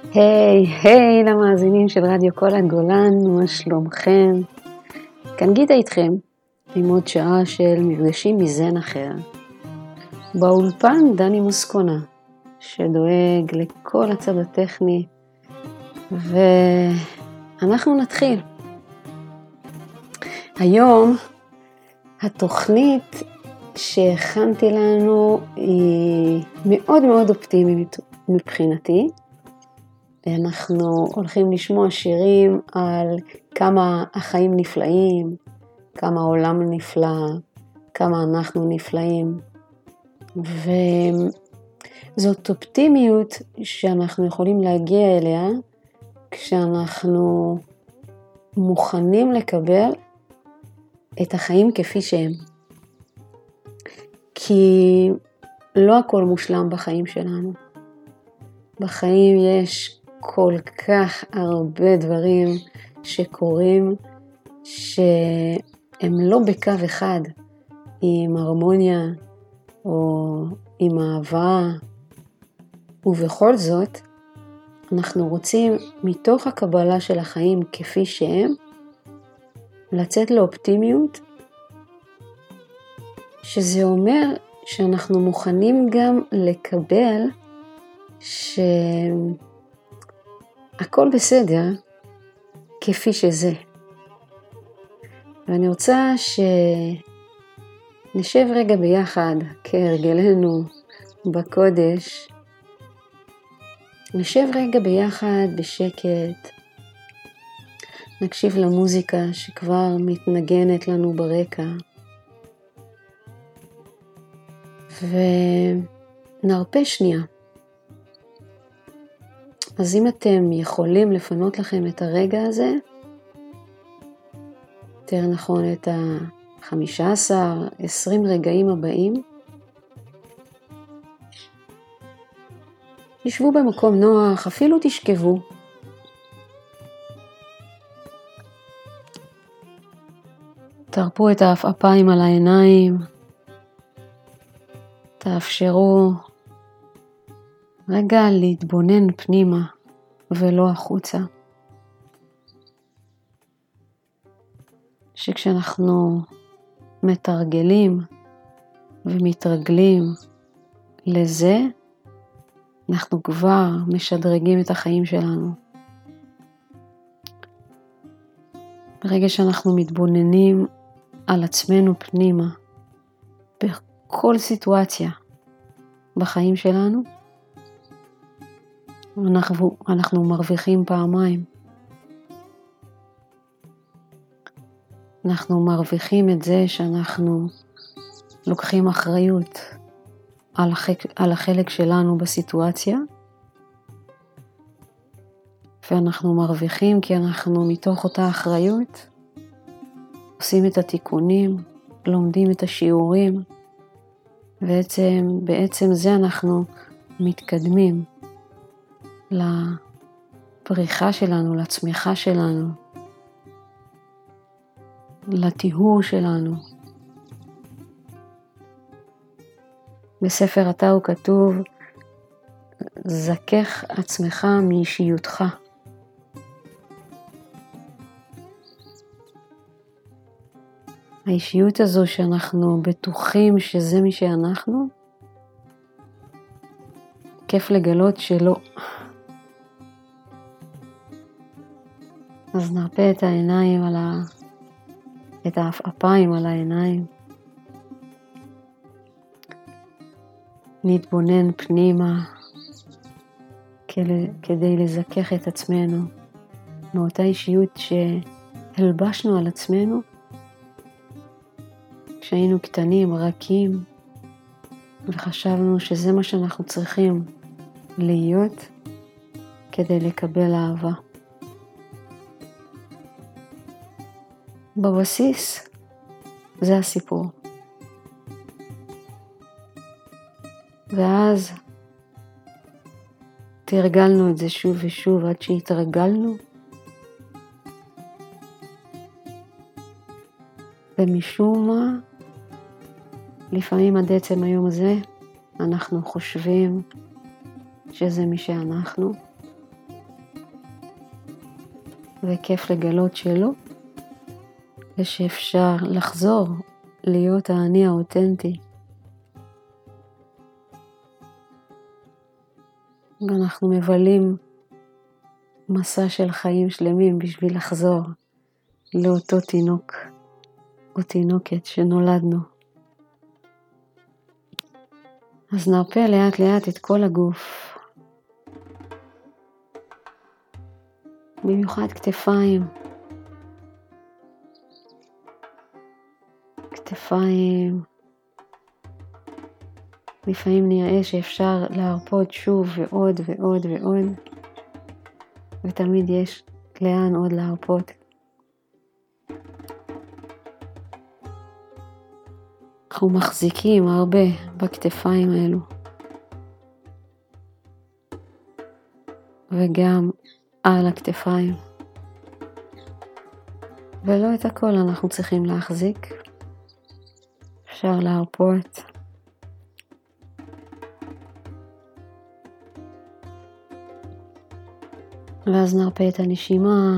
היי למאזינים של רדיו כל הגולן, מה שלומכם? כאן גיטה איתכם עם עוד שעה של מפגשים מזן אחר. באולפן דני מוסקונה שדואג לכל הצד הטכני, ואנחנו נתחיל. היום התוכנית שהכנתי לנו היא מאוד מאוד אופטימית מבחינתי. אנחנו הולכים לשמוע שירים על כמה החיים נפלאים, כמה העולם נפלא, כמה אנחנו נפלאים. וזאת אופטימיות שאנחנו יכולים להגיע אליה כשאנחנו מוכנים לקבל את החיים כפי שהם. כי לא הכל מושלם בחיים שלנו. בחיים יש כל כך הרבה דברים שקורים שהם לא בקו אחד עם הרמוניה או עם אהבה, ובכל זאת אנחנו רוצים מתוך הקבלה של החיים כפי שהם לצאת לאופטימיות, שזה אומר שאנחנו מוכנים גם לקבל שהכל בסדר כפי שזה. ואני רוצה שנשב רגע ביחד כהרגלנו בקודש, נשב רגע ביחד בשקט, נקשיב למוזיקה שכבר מתנגנת לנו ברקע, ונרפה שנייה. אז אם אתם יכולים לפנות לכם את הרגע הזה, יותר נכון את 15-20 רגעים הבאים, ישבו במקום נוח, אפילו תשכבו. תרפו את האפיים על העיניים, תאפשרו רגע להתבונן פנימה ולא החוצה. שכשאנחנו מתרגלים ומתרגלים לזה, אנחנו כבר משדרגים את החיים שלנו. ברגע שאנחנו מתבוננים על עצמנו פנימה, בכל סיטואציה בחיים שלנו, אנחנו מרוויחים פעמיים. אנחנו מרוויחים את זה שאנחנו לוקחים אחריות על החלק שלנו בסיטואציה, ואנחנו מרוויחים כי אנחנו מתוך אותה אחריות עושים את התיקונים, לומדים את השיעורים, בעצם זה אנחנו מתקדמים לפריחה שלנו, לצמיחה שלנו, לטיהור שלנו. בספר התאו כתוב, זכך עצמך מאישיותך. האישיות הזו שאנחנו בטוחים שזה מי שאנחנו, כיף לגלות שלא. אז נרפה את העיניים את האפיים על העיניים. נתבונן פנימה כדי לזכך את עצמנו מאותה אישיות שהלבשנו על עצמנו כשהיינו קטנים, רכים, וחשבנו שזה מה שאנחנו צריכים להיות כדי לקבל אהבה. בבסיס זה הסיפור. ואז תרגלנו את זה שוב ושוב עד שהתרגלנו, ומשום מה לפעמים עד עצם היום הזה אנחנו חושבים שזה מי שאנחנו, וכיף לגלות שלא, ושאפשר לחזור להיות האני האותנטי. ואנחנו מבלים מסע של חיים שלמים בשביל לחזור לאותו תינוק או תינוקת שנולדנו. אז נרפה לאט לאט את כל הגוף. במיוחד כתפיים. כתפיים. לפעמים נראה שאפשר להרפות שוב ועוד ועוד ועוד. ותמיד יש לאן עוד להרפות. אנחנו מחזיקים הרבה בכתפיים האלו. וגם על הכתפיים. ולא את הכל אנחנו צריכים להחזיק. אפשר להרפות. ואז נרפה את הנשימה.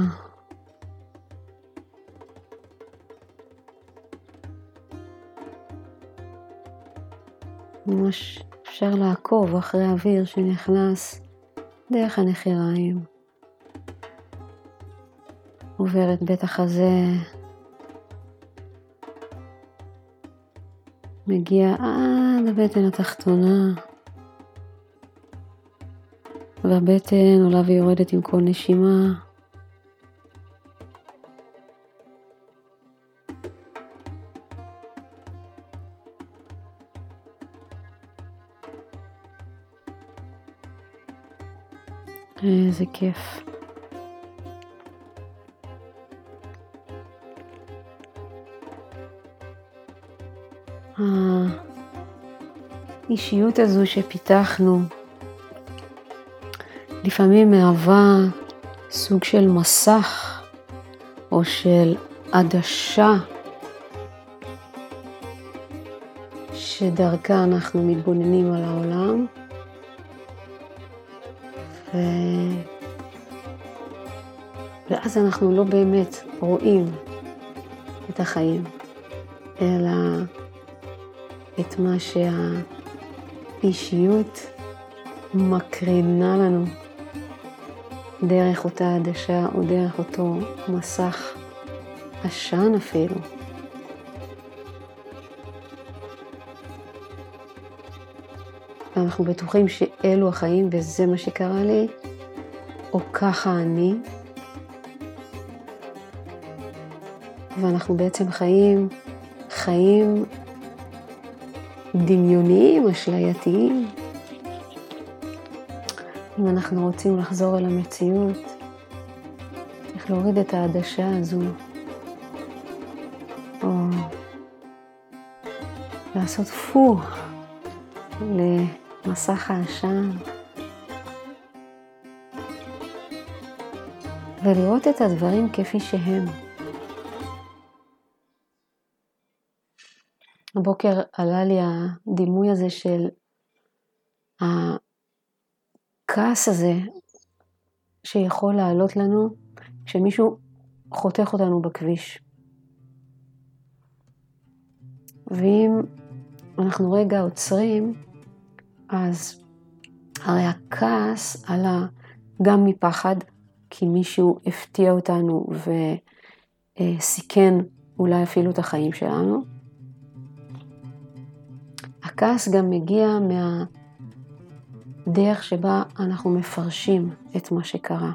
ממש אפשר לעקוב אחרי האוויר שנכנס דרך הנחיריים. עובר את בית החזה. מגיע עד הבטן התחתונה. והבטן עולה ויורדת עם כל נשימה. איזה כיף. האישיות הזו שפיתחנו לפעמים מהווה סוג של מסך או של עדשה שדרכה אנחנו מתבוננים על העולם ואז אנחנו לא באמת רואים את החיים אלא את מה שהאישיות מקרינה לנו דרך אותה עדשה או דרך אותו מסך עשן אפילו. ואנחנו בטוחים שאלו החיים וזה מה שקרה לי, או ככה אני. ואנחנו בעצם חיים דמיוניים, אשלייתיים. אם אנחנו רוצים לחזור אל המציאות, צריך להוריד את העדשה הזו, או לעשות פו למסך העשן, ולראות את הדברים כפי שהם. הבוקר עלה לי הדימוי הזה של הכעס הזה שיכול לעלות לנו כשמישהו חותך אותנו בכביש. ואם אנחנו רגע עוצרים, אז הרי הכעס עלה גם מפחד, כי מישהו הפתיע אותנו וסיכן אולי אפילו את החיים שלנו. הכעס גם מגיע מהדרך שבה אנחנו מפרשים את מה שקרה.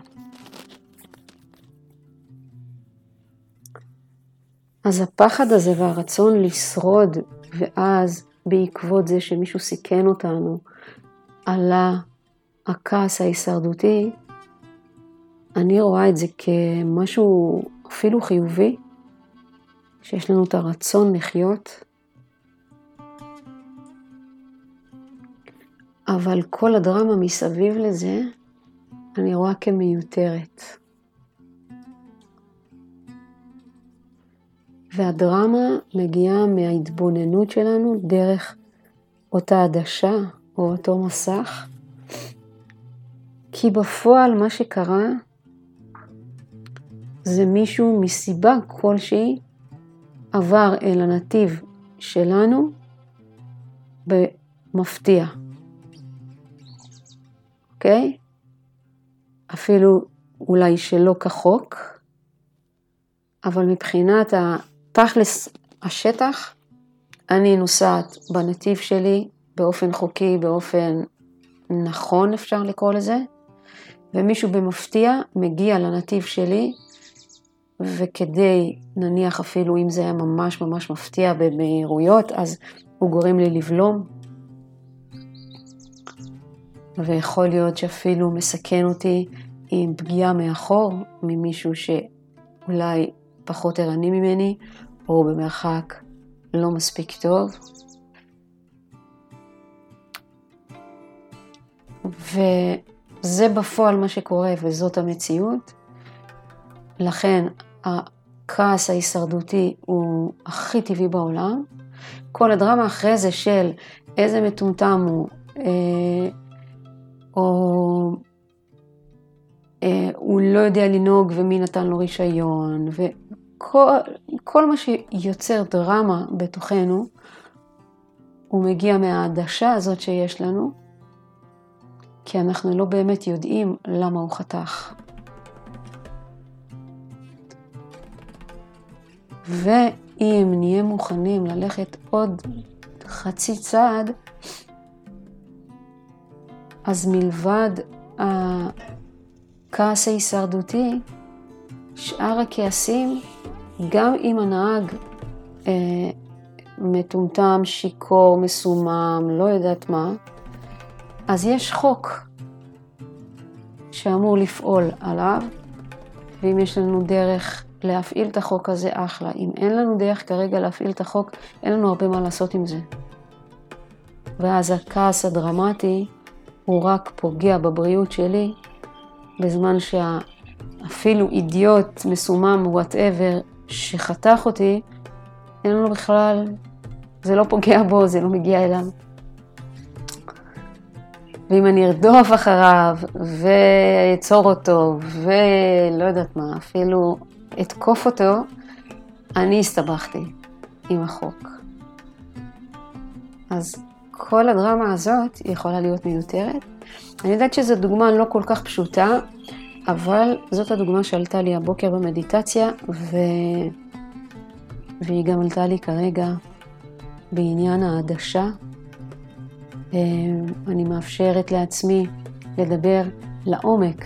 אז הפחד הזה והרצון לשרוד, ואז בעקבות זה שמישהו סיכן אותנו, עלה הכעס ההישרדותי, אני רואה את זה כמשהו אפילו חיובי, שיש לנו את הרצון לחיות, אבל כל הדרמה מסביב לזה, אני רואה כמיותרת. והדרמה מגיעה מההתבוננות שלנו דרך אותה עדשה או אותו מסך, כי בפועל מה שקרה זה מישהו מסיבה כלשהי עבר אל הנתיב שלנו במפתיע. אוקיי? אפילו אולי שלא כחוק, אבל מבחינת התכלס השטח, אני נוסעת בנתיב שלי באופן חוקי, באופן נכון אפשר לקרוא לזה, ומישהו במפתיע מגיע לנתיב שלי, וכדי נניח אפילו אם זה היה ממש ממש מפתיע במהירויות, אז הוא גורם לי לבלום, ויכול להיות שאפילו מסכן אותי עם פגיעה מאחור, ממישהו שאולי פחות ערני ממני, או במרחק לא מספיק טוב. וזה בפועל מה שקורה, וזאת המציאות. לכן הכעס ההישרדותי הוא הכי טבעי בעולם. כל הדרמה אחרי זה של איזה מטומטם הוא, או הוא לא יודע לנהוג ומי נתן לו רישיון, וכל מה שיוצר דרמה בתוכנו, הוא מגיע מהעדשה הזאת שיש לנו, כי אנחנו לא באמת יודעים למה הוא חתך. ואם נהיה מוכנים ללכת עוד חצי צעד, אז מלבד הכעס ההישרדותי, שאר הכעסים, גם אם הנהג מטומטם, שיקור, מסומם, לא יודעת מה, אז יש חוק שאמור לפעול עליו, ואם יש לנו דרך להפעיל את החוק הזה, אחלה. אם אין לנו דרך כרגע להפעיל את החוק, אין לנו הרבה מה לעשות עם זה. ואז הכעס הדרמטי הוא רק פוגע בבריאות שלי, בזמן שאפילו אידיוט, מסומם, whatever, שחתך אותי, אין לנו בכלל, זה לא פוגע בו, זה לא מגיע אליו. ואם אני ארדוף אחריו, ואצור אותו, ולא יודעת מה, אפילו אתקוף אותו, אני הסתבכתי עם החוק. אז כל הדרמה הזאת יכולה להיות מיותרת. אני יודעת שזו דוגמה לא כל כך פשוטה, אבל זאת הדוגמה שעלתה לי הבוקר במדיטציה, והיא גם עלתה לי כרגע בעניין העדשה. אני מאפשרת לעצמי לדבר לעומק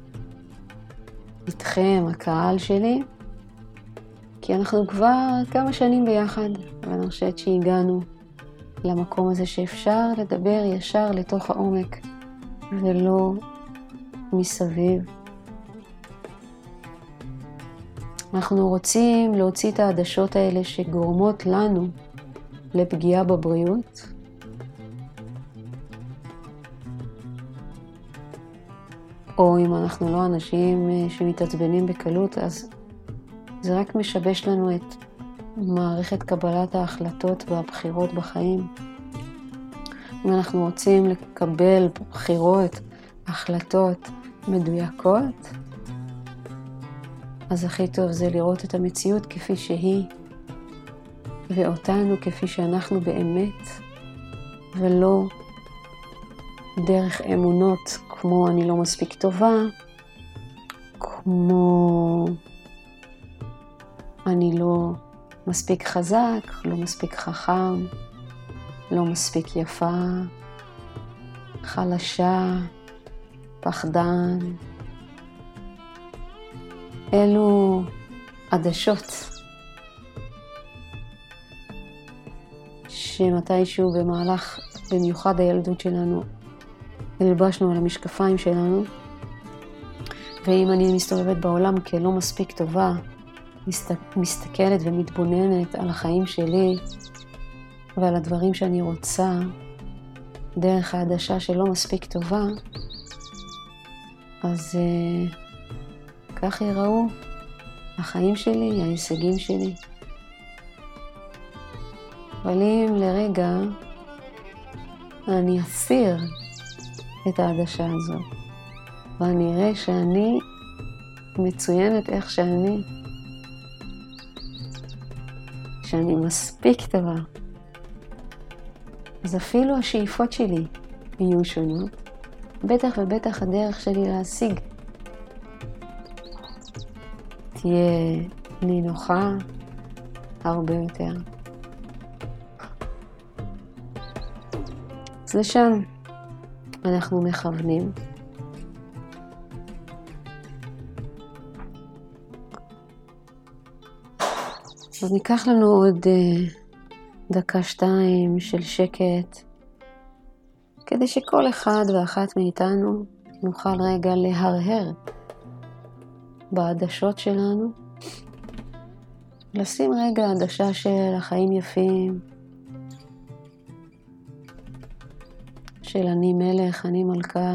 איתכם, הקהל שלי, כי אנחנו כבר כמה שנים ביחד, ואני חושבת שהגענו למקום הזה שאפשר לדבר ישר לתוך העומק, ולא מסביב. אנחנו רוצים להוציא את העדשות האלה שגורמות לנו לפגיעה בבריאות, או אם אנחנו לא אנשים שמתעצבנים בקלות, אז זה רק משבש לנו את מערכת קבלת ההחלטות והבחירות בחיים. אם אנחנו רוצים לקבל בחירות, החלטות מדויקות, אז הכי טוב זה לראות את המציאות כפי שהיא, ואותנו כפי שאנחנו באמת, ולא דרך אמונות כמו אני לא מספיק טובה, כמו אני לא מספיק חזק, לא מספיק חכם, לא מספיק יפה, חלשה, פחדן. אלו עדשות שמתישהו במהלך, במיוחד הילדות שלנו, הלבשנו על המשקפיים שלנו, ואם אני מסתובבת בעולם כלא מספיק טובה, מסתכלת ומתבוננת על החיים שלי ועל הדברים שאני רוצה דרך העדשה שלא מספיק טובה, אז כך יראו החיים שלי, ההישגים שלי. אבל אם לרגע אני אסיר את העדשה הזאת, ואני אראה שאני מצוינת איך שאני מספיק טובה. אז אפילו השאיפות שלי יהיו שונות, בטח ובטח הדרך שלי להשיג תהיה נינוחה הרבה יותר. אז לשם אנחנו מכוונים. אז ניקח לנו עוד דקה-שתיים של שקט, כדי שכל אחד ואחת מאיתנו נוכל רגע להרהר בעדשות שלנו, לשים רגע עדשה של החיים יפים, של אני מלך, אני מלכה,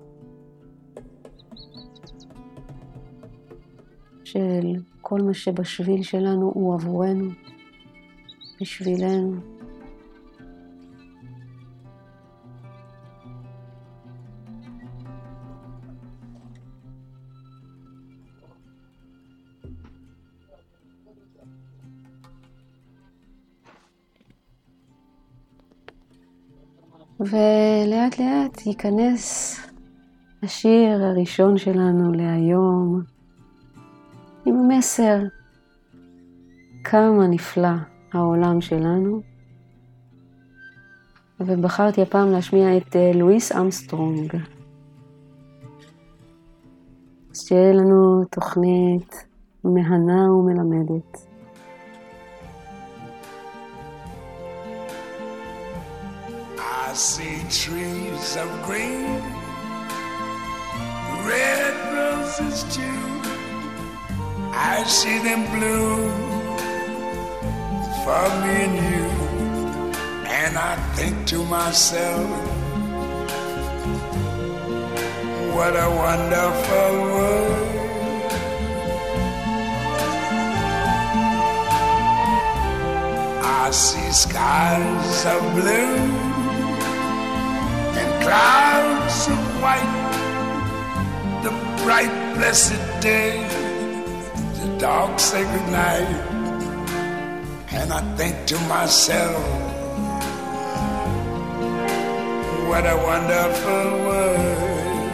של כל מה שבשביל שלנו הוא עבורנו, בשבילנו. ולאט לאט ייכנס השיר הראשון שלנו להיום, עם המסר כמה נפלא העולם שלנו. ובחרתי הפעם להשמיע את לואיס אמסטרונג. אז שתהיה לנו תוכנית מהנה ומלמדת. I see trees of green, red roses too. I see them bloom for me and you. And I think to myself, what a wonderful world. I see skies of blue and clouds of white, the bright blessed day, the dark sacred night. And I think to myself, what a wonderful world.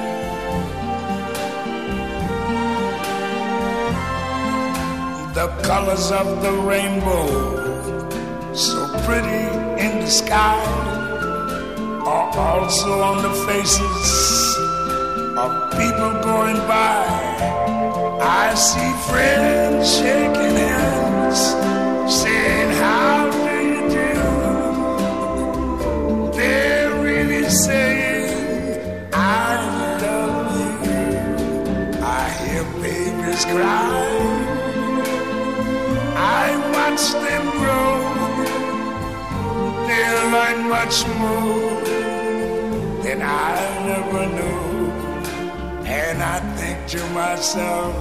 The colors of the rainbow, so pretty in the sky, are also on the faces of people going by. I see friends shaking hands, saying, how do you do? They're really saying, I love you. I hear babies cry, I watch them grow. They'll learn much more than I never knew. And I think to myself,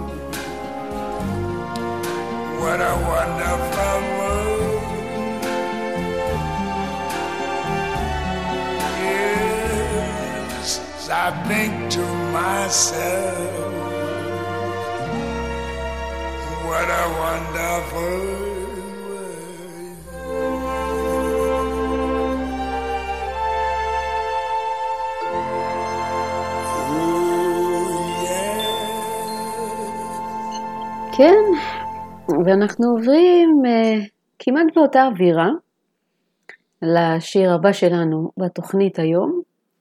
what a wonderful world. Yes, I think to myself, what a wonderful world. כן, ואנחנו עוברים כמעט באותה אווירה לשיר הבא שלנו בתוכנית היום.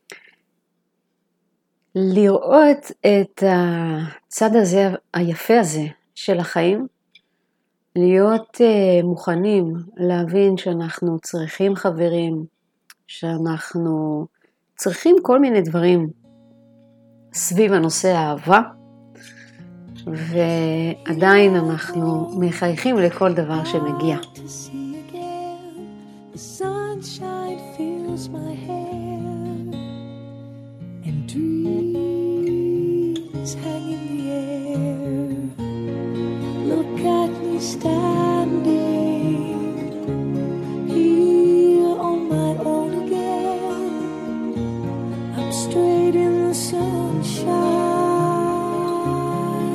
לראות את הצד הזה, היפה הזה של החיים, להיות מוכנים להבין שאנחנו צריכים חברים, שאנחנו צריכים כל מיני דברים סביב הנושא האהבה, ועדיין אנחנו מחייכים לכל דבר שמגיע. Straight in the sunshine.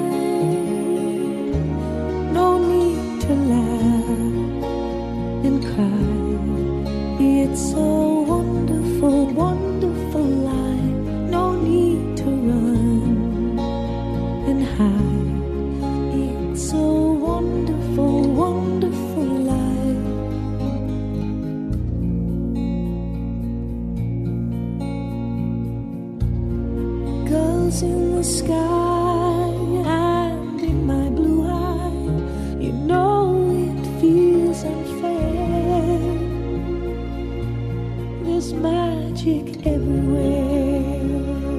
stars in the sky and in my blue eye. You know it feels unfair. There's magic everywhere,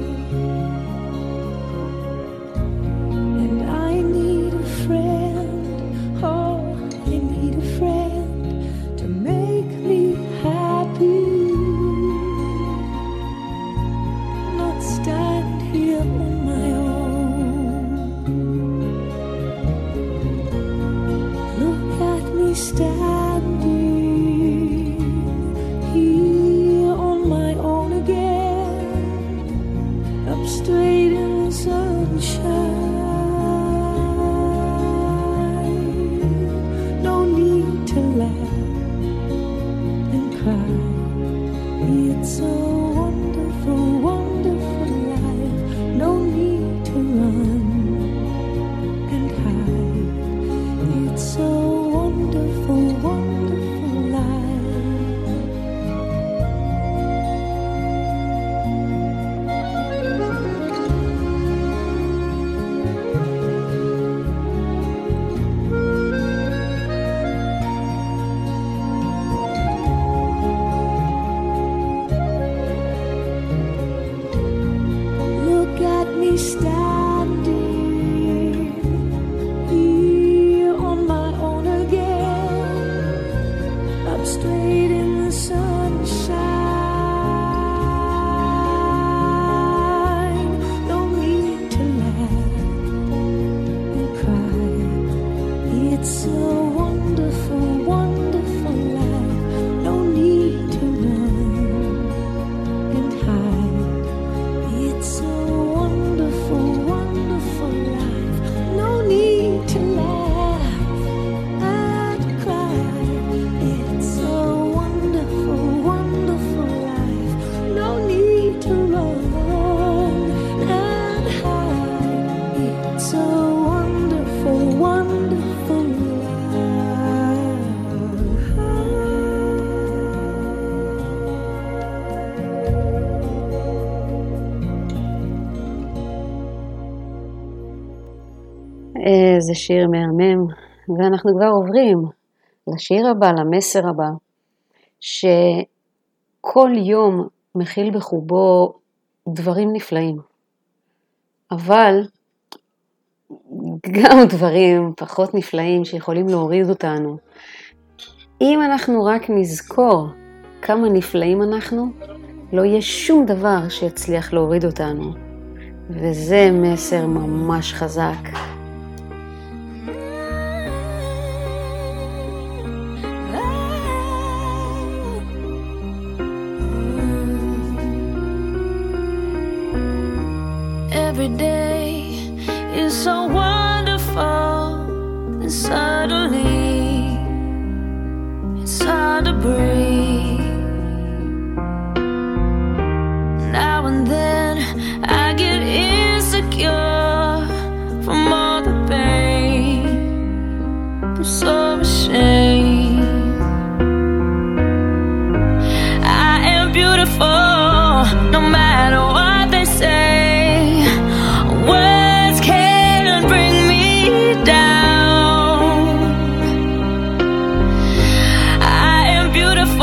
and I need a friend. Oh, I need a friend to make me happy. Not stand here on my own. Look at me standing here on my own again, up straight in the sunshine. No need to laugh and cry. It's a wonderful, wonderful life. No need to run and hide. It's a wonderful, wonderful life. Look at me standing here on my own again, up straight in the sunshine. No need to laugh and cry. It's a wonderful, wonderful life. No need to run and hide. It's a wonderful, wonderful life. No need to laugh and cry. It's a wonderful, wonderful life. No need to run and hide. It's a wonderful, wonderful זה שיר מהמם, ואנחנו כבר עוברים לשיר הבא, למסר הבא, שכל יום מכיל בחובו דברים נפלאים, אבל גם דברים פחות נפלאים שיכולים להוריד אותנו. אם אנחנו רק נזכור כמה נפלאים אנחנו, לא יהיה שום דבר שיצליח להוריד אותנו, וזה מסר ממש חזק. Every day is so wonderful, and suddenly it's hard to breathe. Now and then I get insecure from all the pain. I'm so ashamed. I am beautiful, no matter what they say. Words can't bring me down. I am beautiful.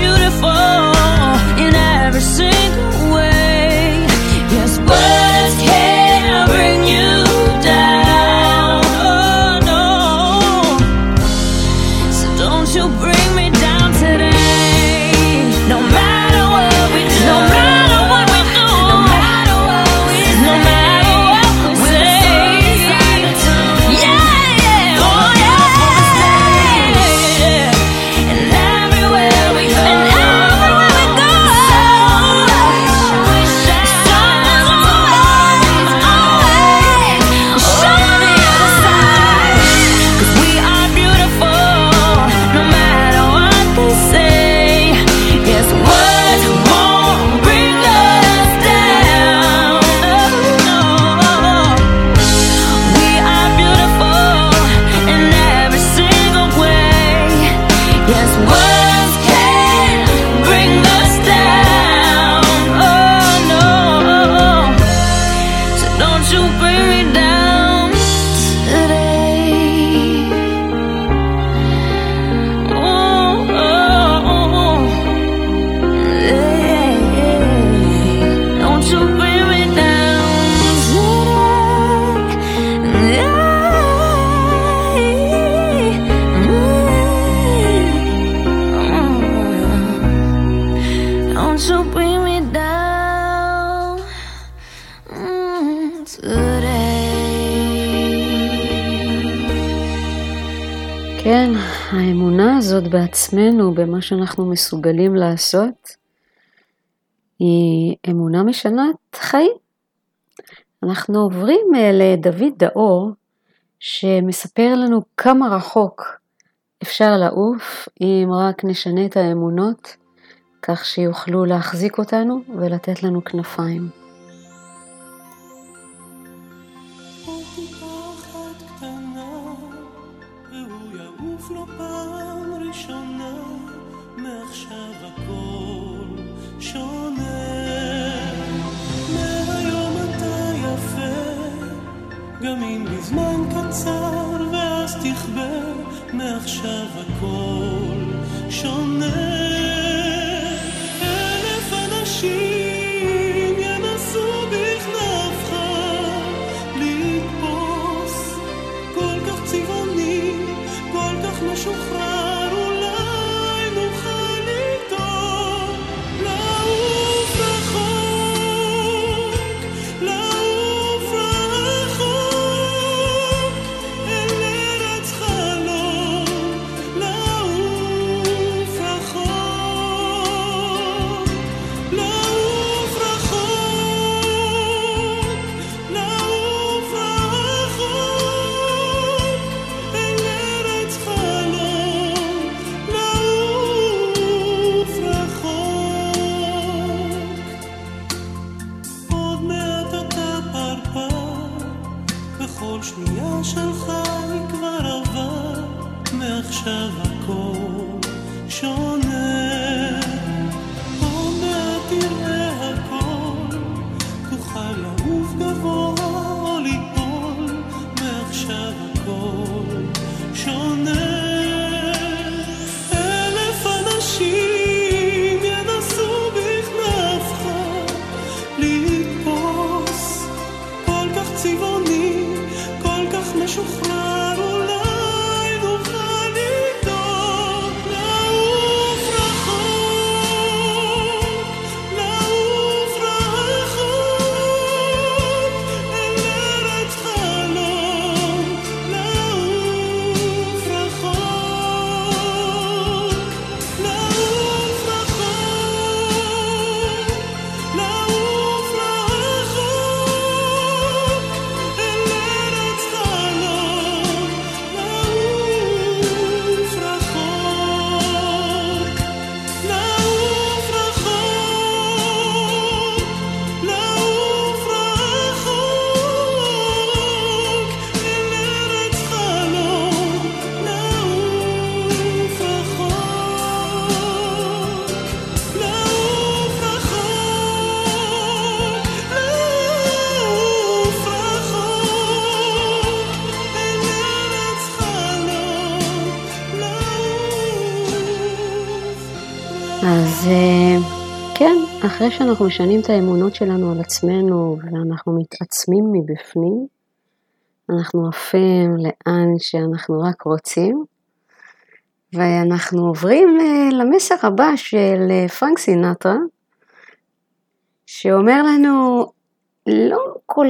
beautiful in every single way. Yes, words can't bring you down. Oh no. So don't you bring me down today. No matter what we do, no matter what we do, no matter what we say, no matter what we say. Yeah, yeah, oh yeah. And everywhere we go, and everywhere we go, we shine always on the other side. 'Cause we are beautiful, no matter what they say. Yes, words won't bring us down. No. We are beautiful in every single way. Yes, words can't bring us down. Oh no. So don't you bring me down today. Oh, yeah. Don't you bring me down today. Don't you bring me down today. כן, האמונה הזאת בעצמנו, במה שאנחנו מסוגלים לעשות, היא אמונה משנת חיים. אנחנו עוברים לדוד דאור, שמספר לנו כמה רחוק אפשר לעוף, אם רק נשנה את האמונות, כך שיוכלו להחזיק אותנו ולתת לנו כנפיים. עוד טיפה אחת קטנה, והוא יעוף לו פעם ראשונה, מעכשיו הכל שונה. מהיום אתה יפה, גם אם בזמן קצר, ואז תכבה, מעכשיו הכל שונה. 1000 אנשים ינסו בכנפך לתפוס, כל כך צבעוני, כל כך משוחרר, אולי נוכל לטעות. אז כן, אחרי שאנחנו משנים את האמונות שלנו על עצמנו ואנחנו מתעצמים מבפנים, אנחנו עפים לאן שאנחנו רק רוצים, ואנחנו עוברים למסר הבא של פרנק סינטרה, שאומר לנו, לא כל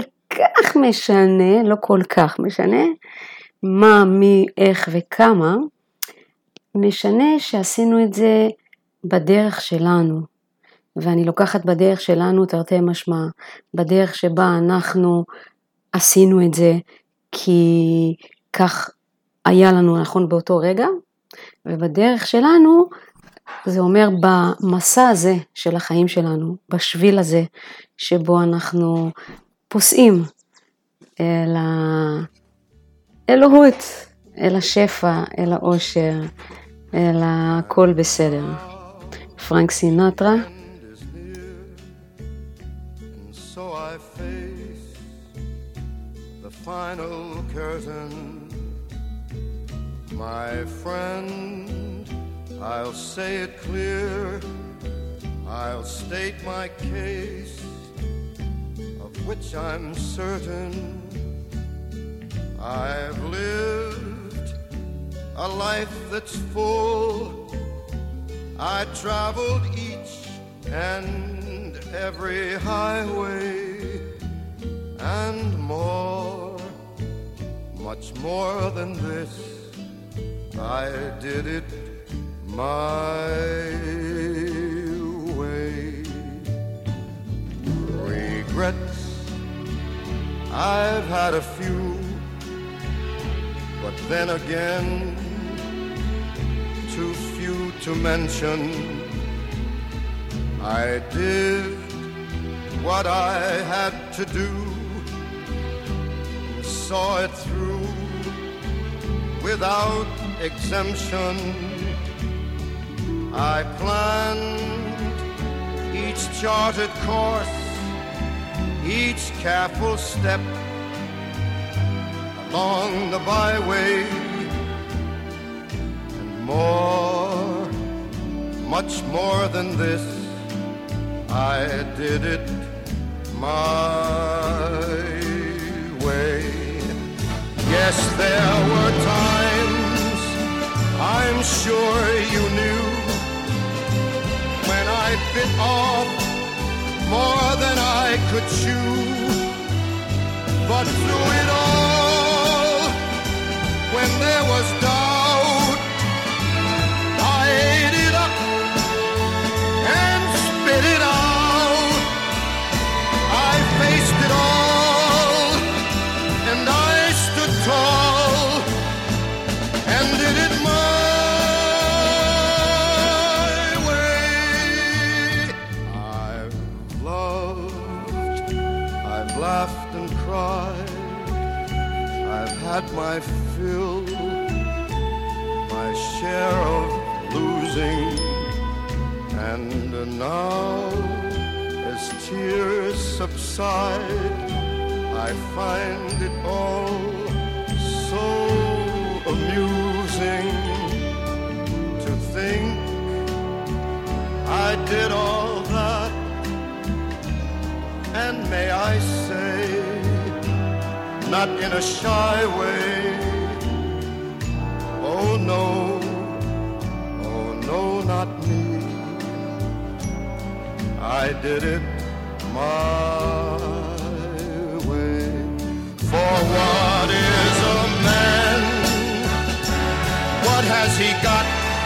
כך משנה מה, מי, איך וכמה, משנה שעשינו את זה בדרך שלנו. ואני לוקחת בדרך שלנו תרתי משמע, בדרך שבה אנחנו עשינו את זה, כי כך היה לנו נכון באותו רגע, ובדרך שלנו, זה אומר במסע הזה של החיים שלנו, בשביל הזה שבו אנחנו פוסעים אל האלוהות, אל השפע, אל האושר, אל הכל בסדר. פרנק סינטרה. So I face the final curtain. My friend, I'll say it clear, I'll state my case, of which I'm certain. I've lived a life that's full. I traveled each and every highway and more, much more than this. I did it my way. Regrets, I've had a few, but then again, too few to mention. I did what I had to do, saw it through without exemption. I planned each charted course, each careful step along the byway, and more, much more than this, I did it my way. Yes, there were times, I'm sure you knew, when I bit off more than I could chew. But through it all, when there was doubt, I ate it up and spit it out. I faced it all, and I stood tall, and did it my way. I've loved, I've laughed and cried, I've had my fill, my share of losing, and now, as tears subside, I find it all so amusing to think I did all that, and may I say, not in a shy way, oh no, not me. I did it my way. For what is a man? What has he got?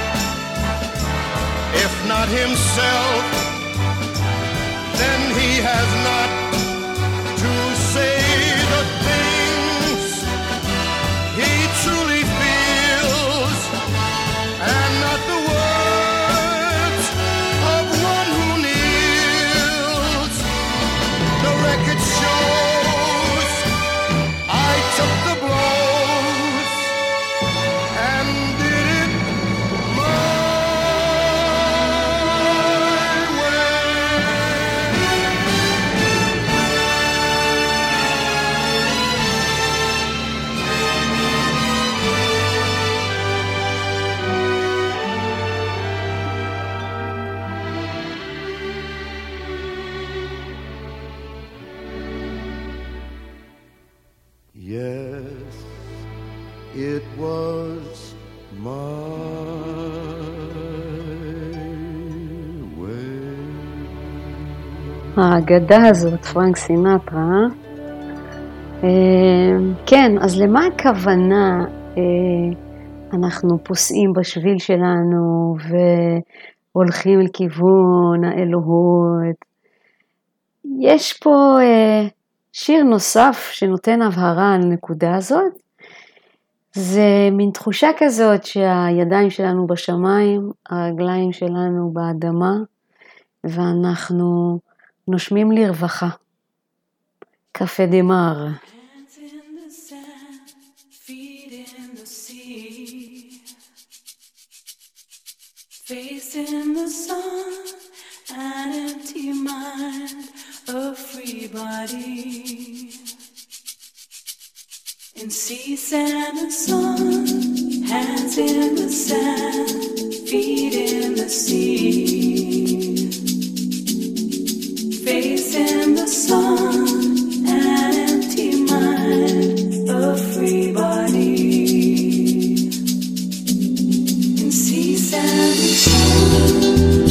If not himself, then he has not to say the things he truly feels, and not the words of one who kneels. The record shows I took the blows and did it my way. האגדה הזאת, פרנק סינטרה. כן, אז למה הכוונה? אנחנו פוסעים בשביל שלנו והולכים אל כיוון האלוהות. יש פה שיר נוסף שנותן הבהרה על הנקודה הזאת. זה מין תחושה כזאת שהידיים שלנו בשמיים, הרגליים שלנו באדמה, ואנחנו נושמים לרווחה. קפה דמר. Face in the sun, an empty mind, a free body. In sea, sand, and sun, hands in the sand, feet in the sea. Face in the sun, an empty mind, a free body. In sea, sand, and sun.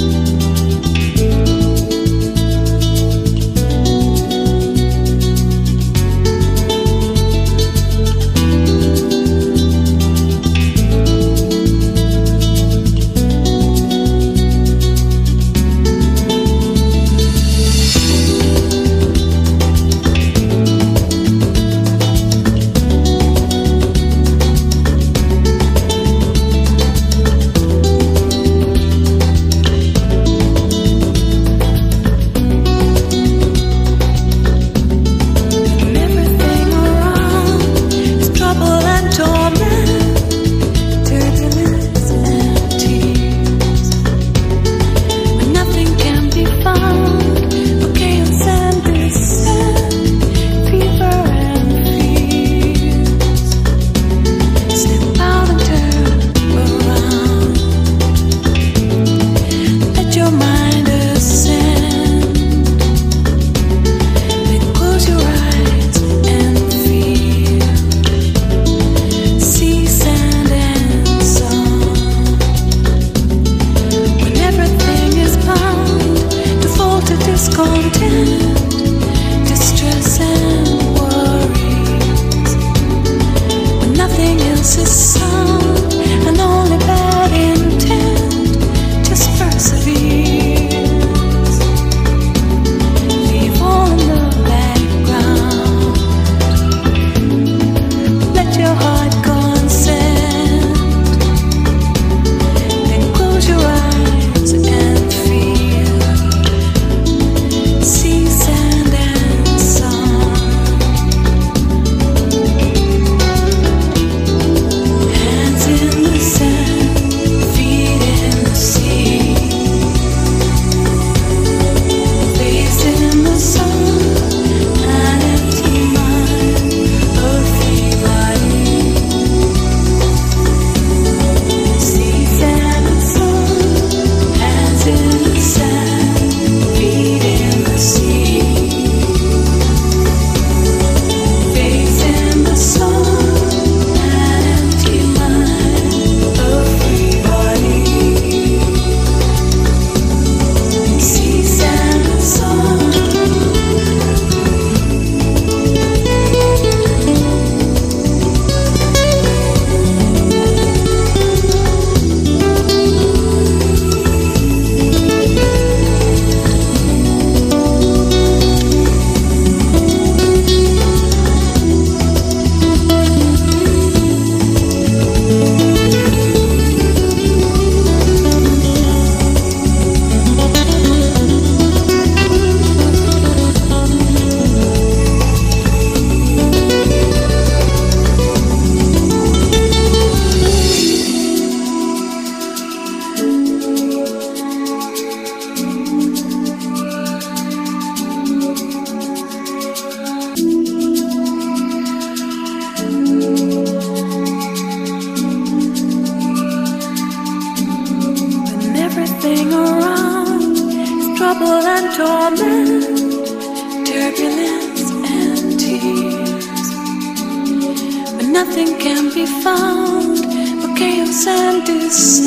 Nothing can be found but chaos and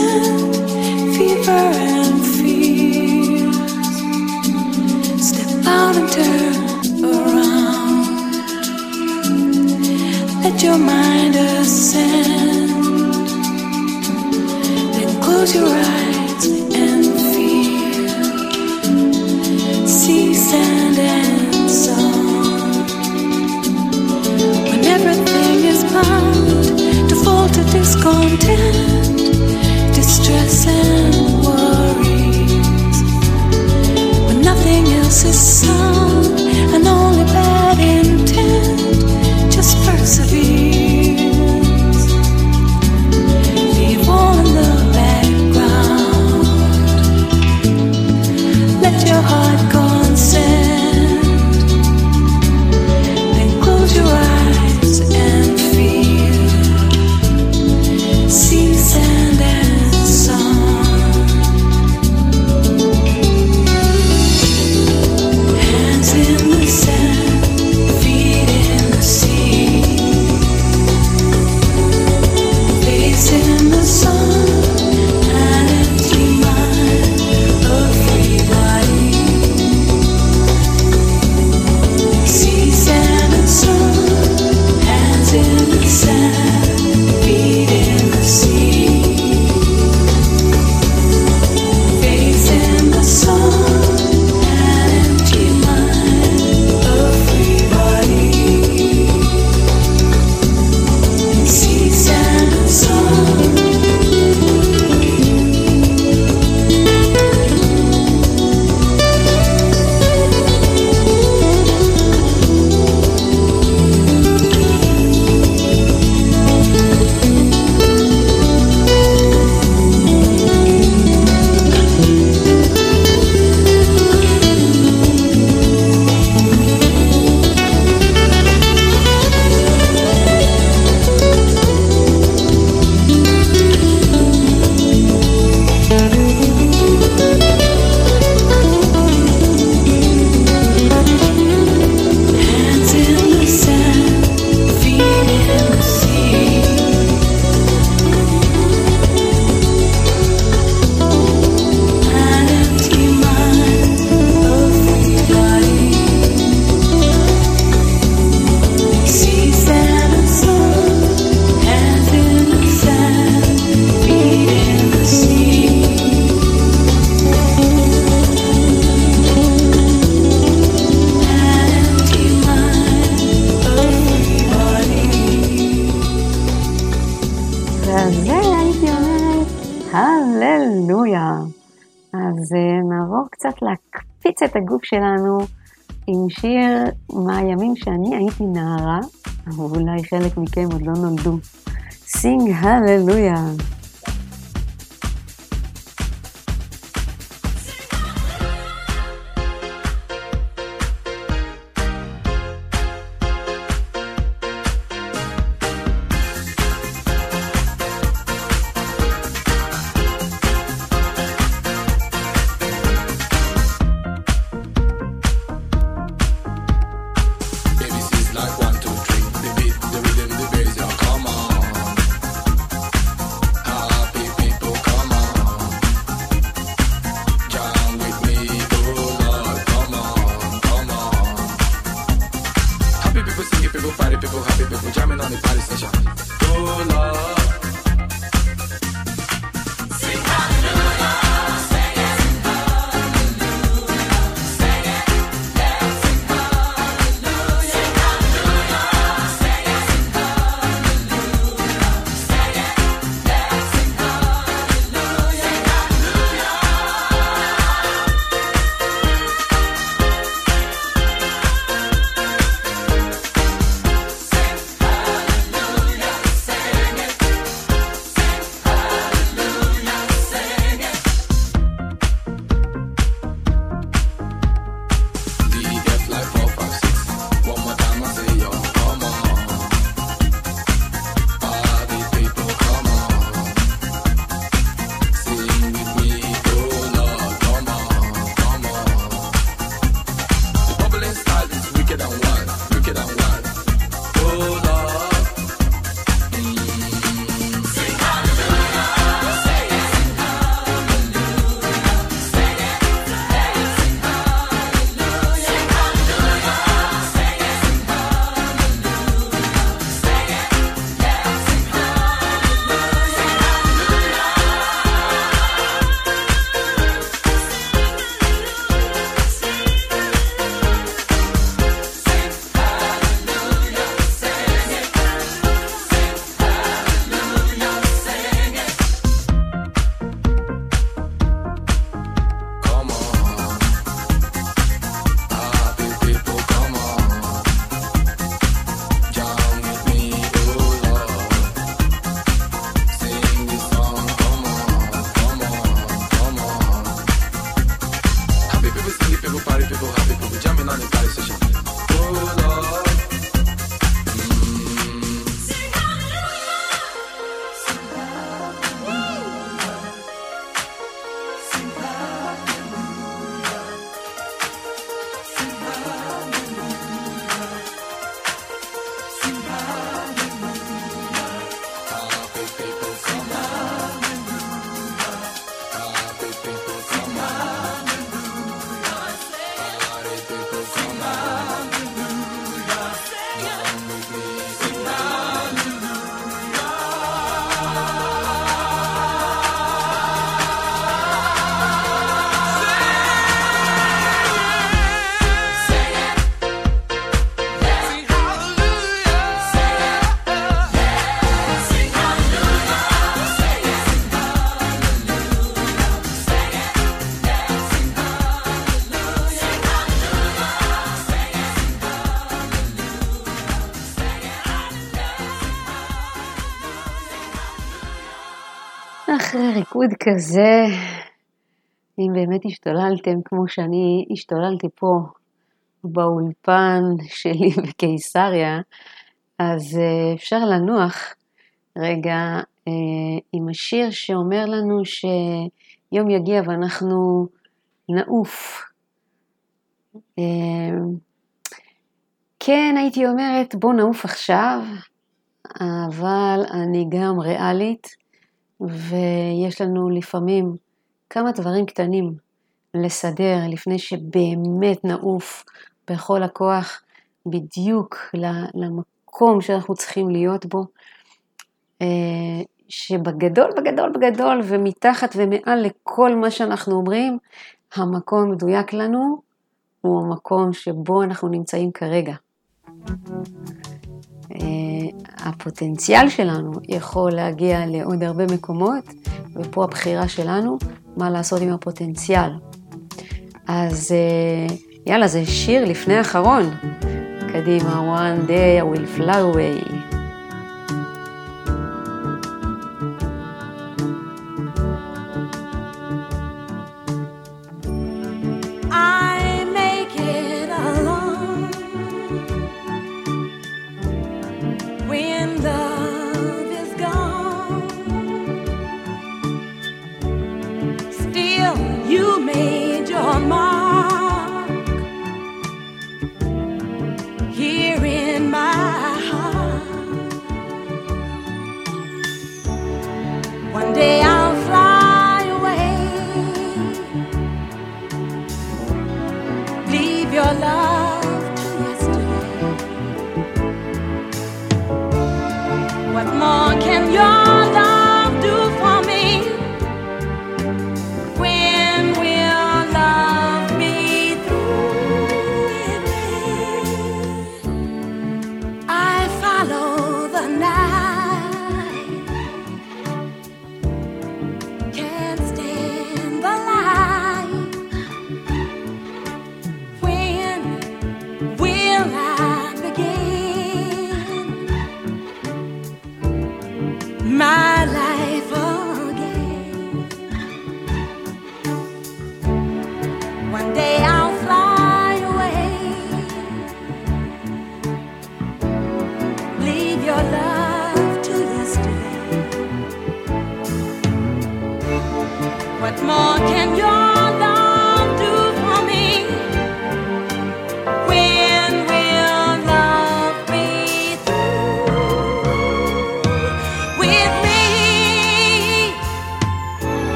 dissent, fever and fears. Step discontent, distress and worries. When nothing else is sung and only bad intent just perseveres. Leave all in the background. Let your heart consent. Then close your eyes and feel sea, sand and sun. Hands in the sand, feet in the sea. Face in the sun, an empty mind, a free body. Sea, sand and sun, hands in the sand, feet in the sea. Face in the sun, an empty mind, a free body. Sea, sand and sun. Hands in the sand, feet in the sea. An empty mind, a free body. Sea, sand and sun, hands in the sand, feet in the sea. An empty mind, a free body. וזה הייתי אומרת, הללויה. אז נעבור קצת להקפיץ את הגוף שלנו עם שיר מהימים שאני הייתי נערה, אבל אולי חלק מכם עוד לא נולדו. סינג הללויה. ABC's like 1, 2, 3. The beat, the rhythm, the bass, y'all come on. Happy people, come on. Jam with me, oh Lord, come on, come on. Happy people, singing people, party people, happy people, jamming on the party station. Oh Lord. Sing hallelujah, sing it, hallelujah, sing it, let's sing hallelujah, sing hallelujah, sing it, hallelujah, sing it, let's sing hallelujah, sing hallelujah. party people happy people jamming on the party session. Oh Lord. אחרי ריקוד כזה, אם באמת השתוללתם כמו שאני השתוללתי פה באולפן שלי בקיסריה, אז אפשר לנוח רגע עם השיר שאומר לנו שיום יגיע ואנחנו נעוף. כן, הייתי אומרת בוא נעוף עכשיו, אבל אני גם ריאלית, ויש לנו לפעמים כמה דברים קטנים לסדר לפני שבאמת נעוף בכל הכוח בדיוק למקום שאנחנו צריכים להיות בו, שבגדול בגדול בגדול ומתחת ומעל לכל מה שאנחנו אומרים, המקום המדויק לנו הוא המקום שבו אנחנו נמצאים כרגע. הפוטנציאל שלנו יכול להגיע לעוד הרבה מקומות, ופה הבחירה שלנו מה לעשות עם הפוטנציאל. אז יאללה, זה שיר לפני האחרון. קדימה, one day I will fly away.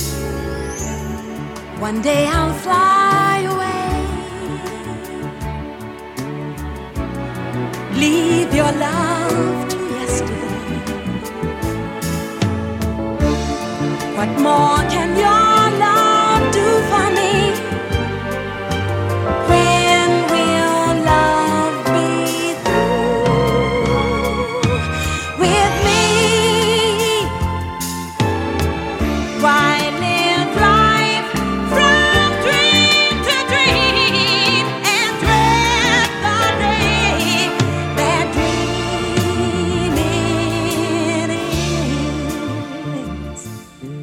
One day I'll fly away leave your love to yesterday. What more can your love do for me? When will love be through with me? Why live life from dream to dream and dread the day that dreaming ends?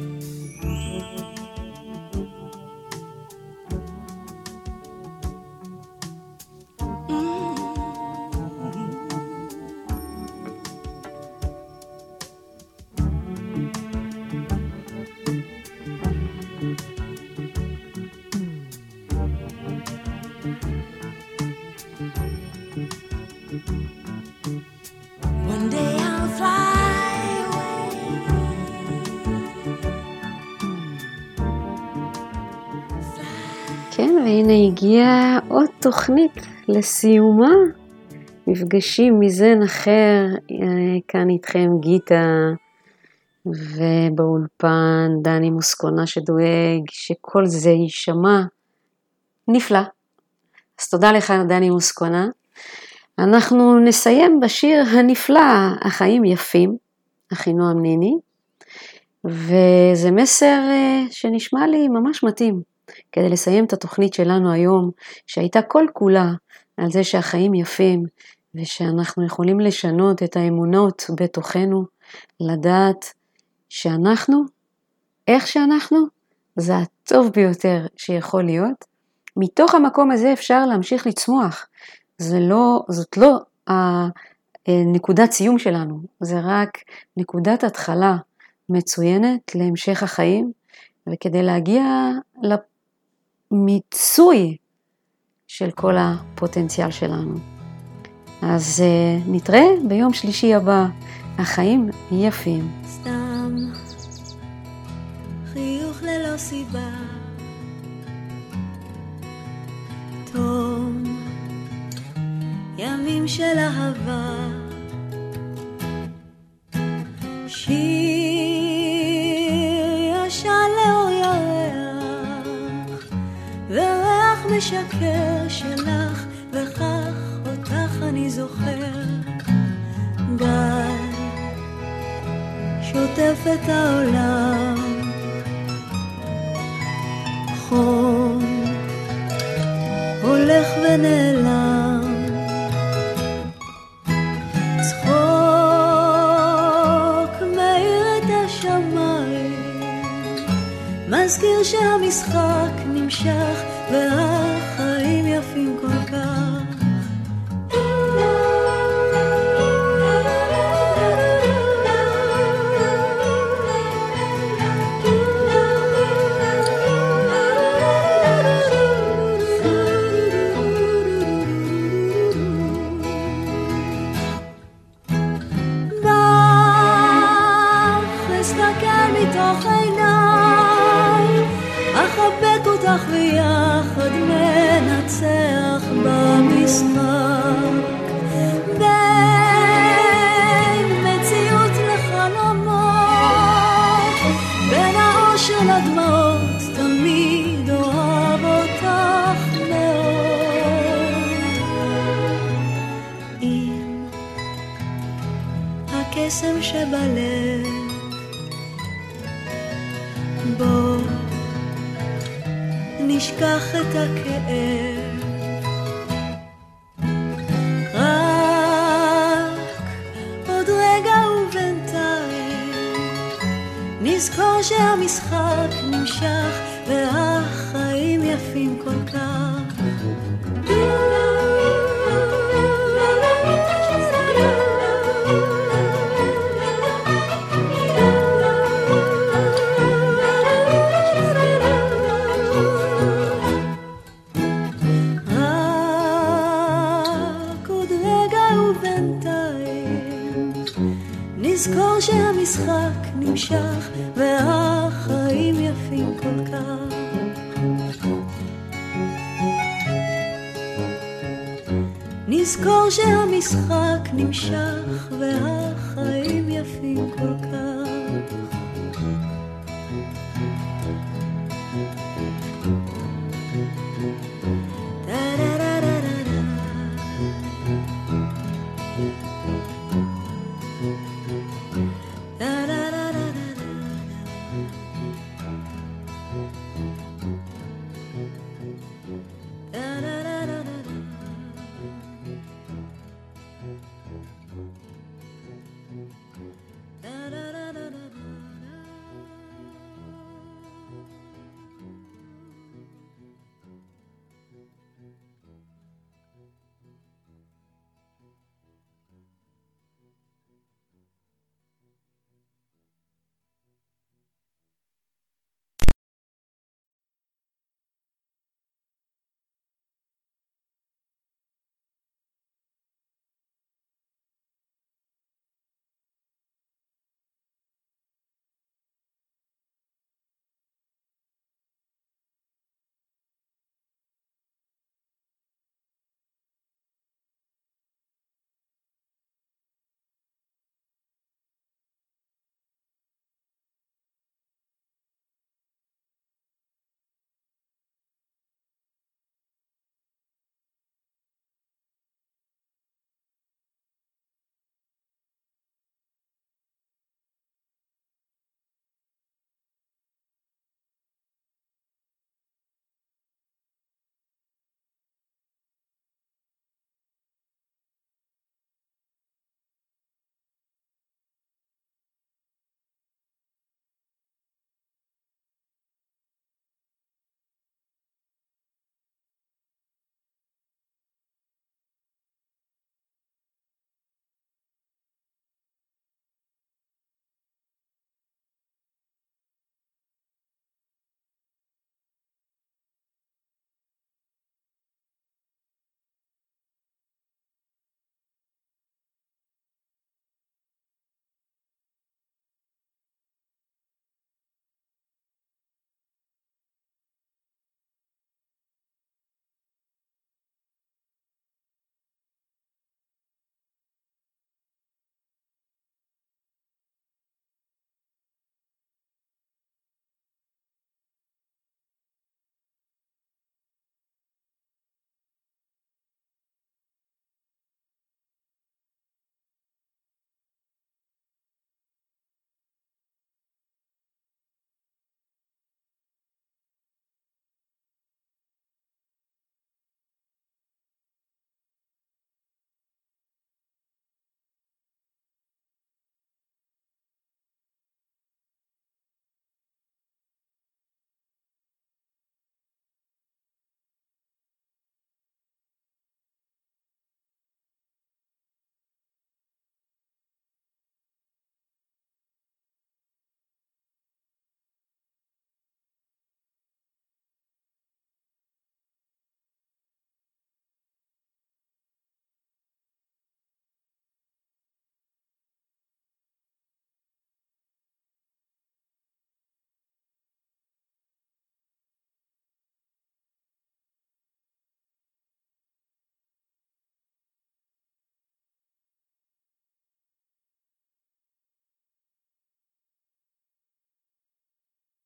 One day I'll fly away. כן, והנה הגיעה עוד תוכנית לסיומה. מפגשים מזן אחר, כאן איתכם גיטה, ובאולפן דני מוסקונה שדואג שכל זה יישמע נפלא. אז תודה לך דני מוסקונה. אנחנו נסיים בשיר הנפלא, החיים יפים, אחינועם ניני, וזה מסר שנשמע לי ממש מתאים, כדי לסיים את התוכנית שלנו היום, שהייתה כל כולה על זה שהחיים יפים, ושאנחנו יכולים לשנות את האמונות בתוכנו, לדעת שאנחנו, איך שאנחנו, זה הטוב ביותר שיכול להיות. מתוך המקום הזה אפשר להמשיך לצמוח. זאת לא נקודת סיום שלנו, זה רק נקודת התחלה מצוינת להמשך החיים, וכדי להגיע למיצוי של כל הפוטנציאל שלנו. אז נתראה ביום שלישי הבא, החיים יפים. סתם חיוך ללא סיבה, תום ימים של אהבה, שיר ישן לאור ירח, וריח משקר שלך, וכך אותך אני זוכר. גל שוטף את העולם, חום הולך ונעלם, צחוק מאיר את השמיים, מזכיר שהמשחק נמשך והחיים יפים כל כך. ויחד מנצח במשחק, בין מציאות לחלומות, בין האושר לדמעות, תמיד אוהב אותך מאוד. עם הקסם שבלב, בוא נשכח את הכאב, רק עוד רגע ובינתיים נזכור שהמשחק נמשך והחיים יפים כל כך. נזכור שהמשחק נמשך והחיים יפים כל כך. נזכור שהמשחק נמשך והחיים יפים כל כך.